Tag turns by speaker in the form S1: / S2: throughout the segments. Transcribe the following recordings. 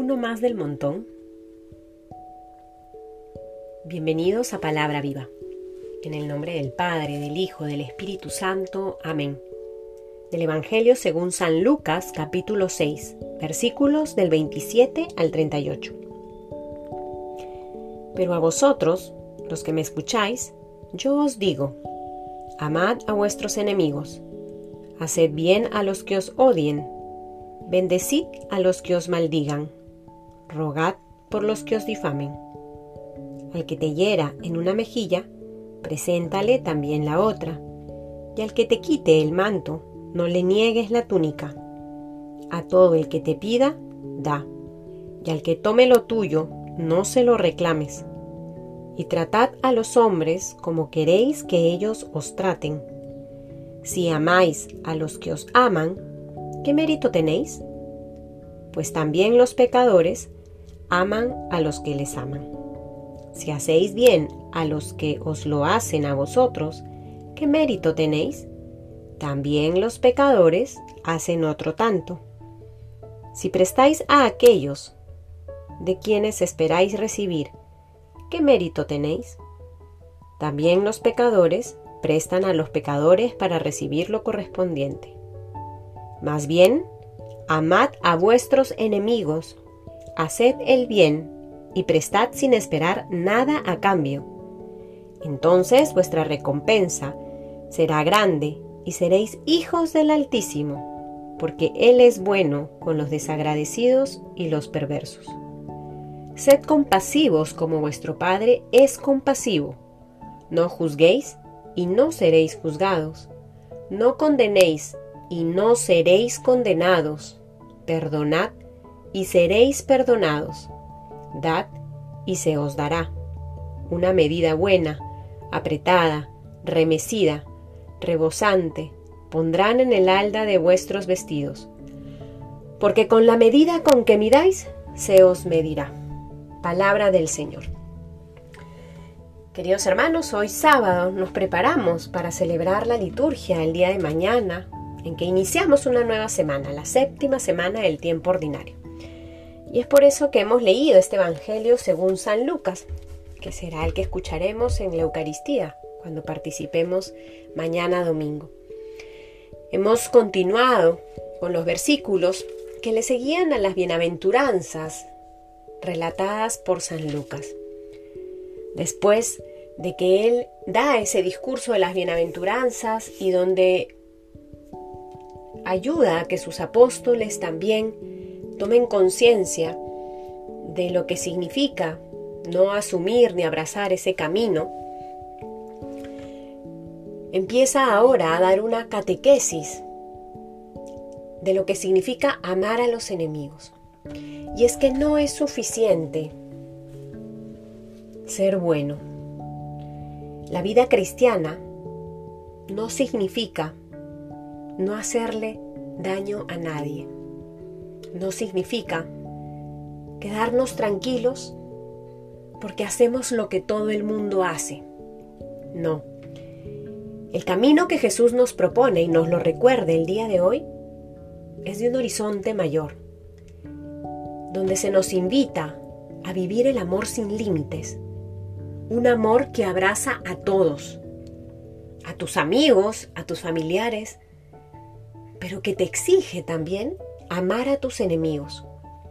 S1: uno más del montón. Bienvenidos a Palabra Viva. En el nombre del Padre, del Hijo, del Espíritu Santo. Amén. Del Evangelio según San Lucas, capítulo 6, versículos del 27 al 38. Pero a vosotros, los que me escucháis, yo os digo, amad a vuestros enemigos, haced bien a los que os odien, bendecid a los que os maldigan, rogad por los que os difamen. Al que te hiera en una mejilla, preséntale también la otra, y al que te quite el manto, no le niegues la túnica. A todo el que te pida, da, y al que tome lo tuyo, no se lo reclames. Y tratad a los hombres como queréis que ellos os traten. Si amáis a los que os aman, ¿qué mérito tenéis? Pues también los pecadores aman a los que les aman. Si hacéis bien a los que os lo hacen a vosotros, ¿qué mérito tenéis? También los pecadores hacen otro tanto. Si prestáis a aquellos de quienes esperáis recibir, ¿qué mérito tenéis? También los pecadores prestan a los pecadores para recibir lo correspondiente. Más bien, amad a vuestros enemigos, haced el bien y prestad sin esperar nada a cambio. Entonces vuestra recompensa será grande y seréis hijos del Altísimo, porque Él es bueno con los desagradecidos y los perversos. Sed compasivos como vuestro Padre es compasivo. No juzguéis y no seréis juzgados. No condenéis y no seréis condenados. Perdonad y seréis perdonados. Dad y se os dará. Una medida buena, apretada, remecida, rebosante, pondrán en el halda de vuestros vestidos. Porque con la medida con que midáis, se os medirá. Palabra del Señor. Queridos hermanos, hoy sábado nos preparamos para celebrar la liturgia el día de mañana, en que iniciamos una nueva semana, la 7ª semana del tiempo ordinario. Y es por eso que hemos leído este Evangelio según San Lucas, que será el que escucharemos en la Eucaristía, cuando participemos mañana domingo. Hemos continuado con los versículos que le seguían a las bienaventuranzas relatadas por San Lucas. Después de que él da ese discurso de las bienaventuranzas y donde ayuda a que sus apóstoles también tomen conciencia de lo que significa no asumir ni abrazar ese camino, empieza ahora a dar una catequesis de lo que significa amar a los enemigos. Y es que no es suficiente ser bueno. La vida cristiana no significa no hacerle daño a nadie. No significa quedarnos tranquilos porque hacemos lo que todo el mundo hace. No. El camino que Jesús nos propone y nos lo recuerda el día de hoy es de un horizonte mayor, donde se nos invita a vivir el amor sin límites, un amor que abraza a todos, a tus amigos, a tus familiares, pero que te exige también amar a tus enemigos.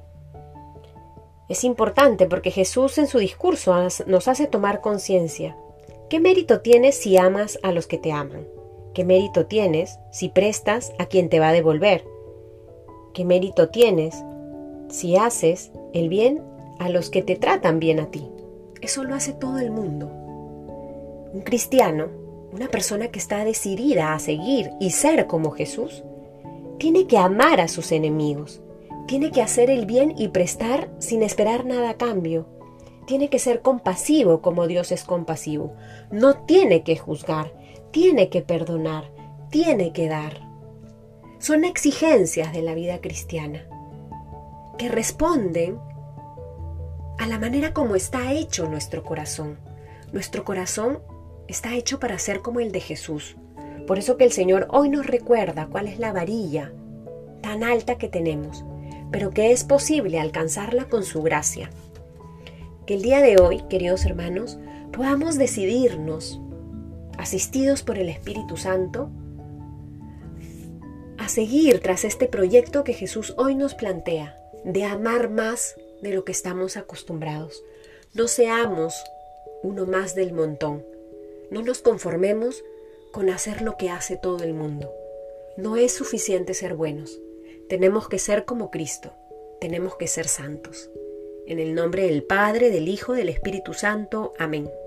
S1: Es importante porque Jesús en su discurso nos hace tomar conciencia. ¿Qué mérito tienes si amas a los que te aman? ¿Qué mérito tienes si prestas a quien te va a devolver? ¿Qué mérito tienes si haces el bien a los que te tratan bien a ti? Eso lo hace todo el mundo. Un cristiano, una persona que está decidida a seguir y ser como Jesús, tiene que amar a sus enemigos, tiene que hacer el bien y prestar sin esperar nada a cambio. Tiene que ser compasivo como Dios es compasivo. No tiene que juzgar, tiene que perdonar, tiene que dar. Son exigencias de la vida cristiana que responden a la manera como está hecho nuestro corazón. Nuestro corazón está hecho para ser como el de Jesús. Por eso que el Señor hoy nos recuerda cuál es la varilla tan alta que tenemos, pero que es posible alcanzarla con su gracia. Que el día de hoy, queridos hermanos, podamos decidirnos, asistidos por el Espíritu Santo, a seguir tras este proyecto que Jesús hoy nos plantea, de amar más de lo que estamos acostumbrados. No seamos uno más del montón. No nos conformemos con hacer lo que hace todo el mundo. No es suficiente ser buenos. Tenemos que ser como Cristo. Tenemos que ser santos. En el nombre del Padre, del Hijo, del Espíritu Santo. Amén.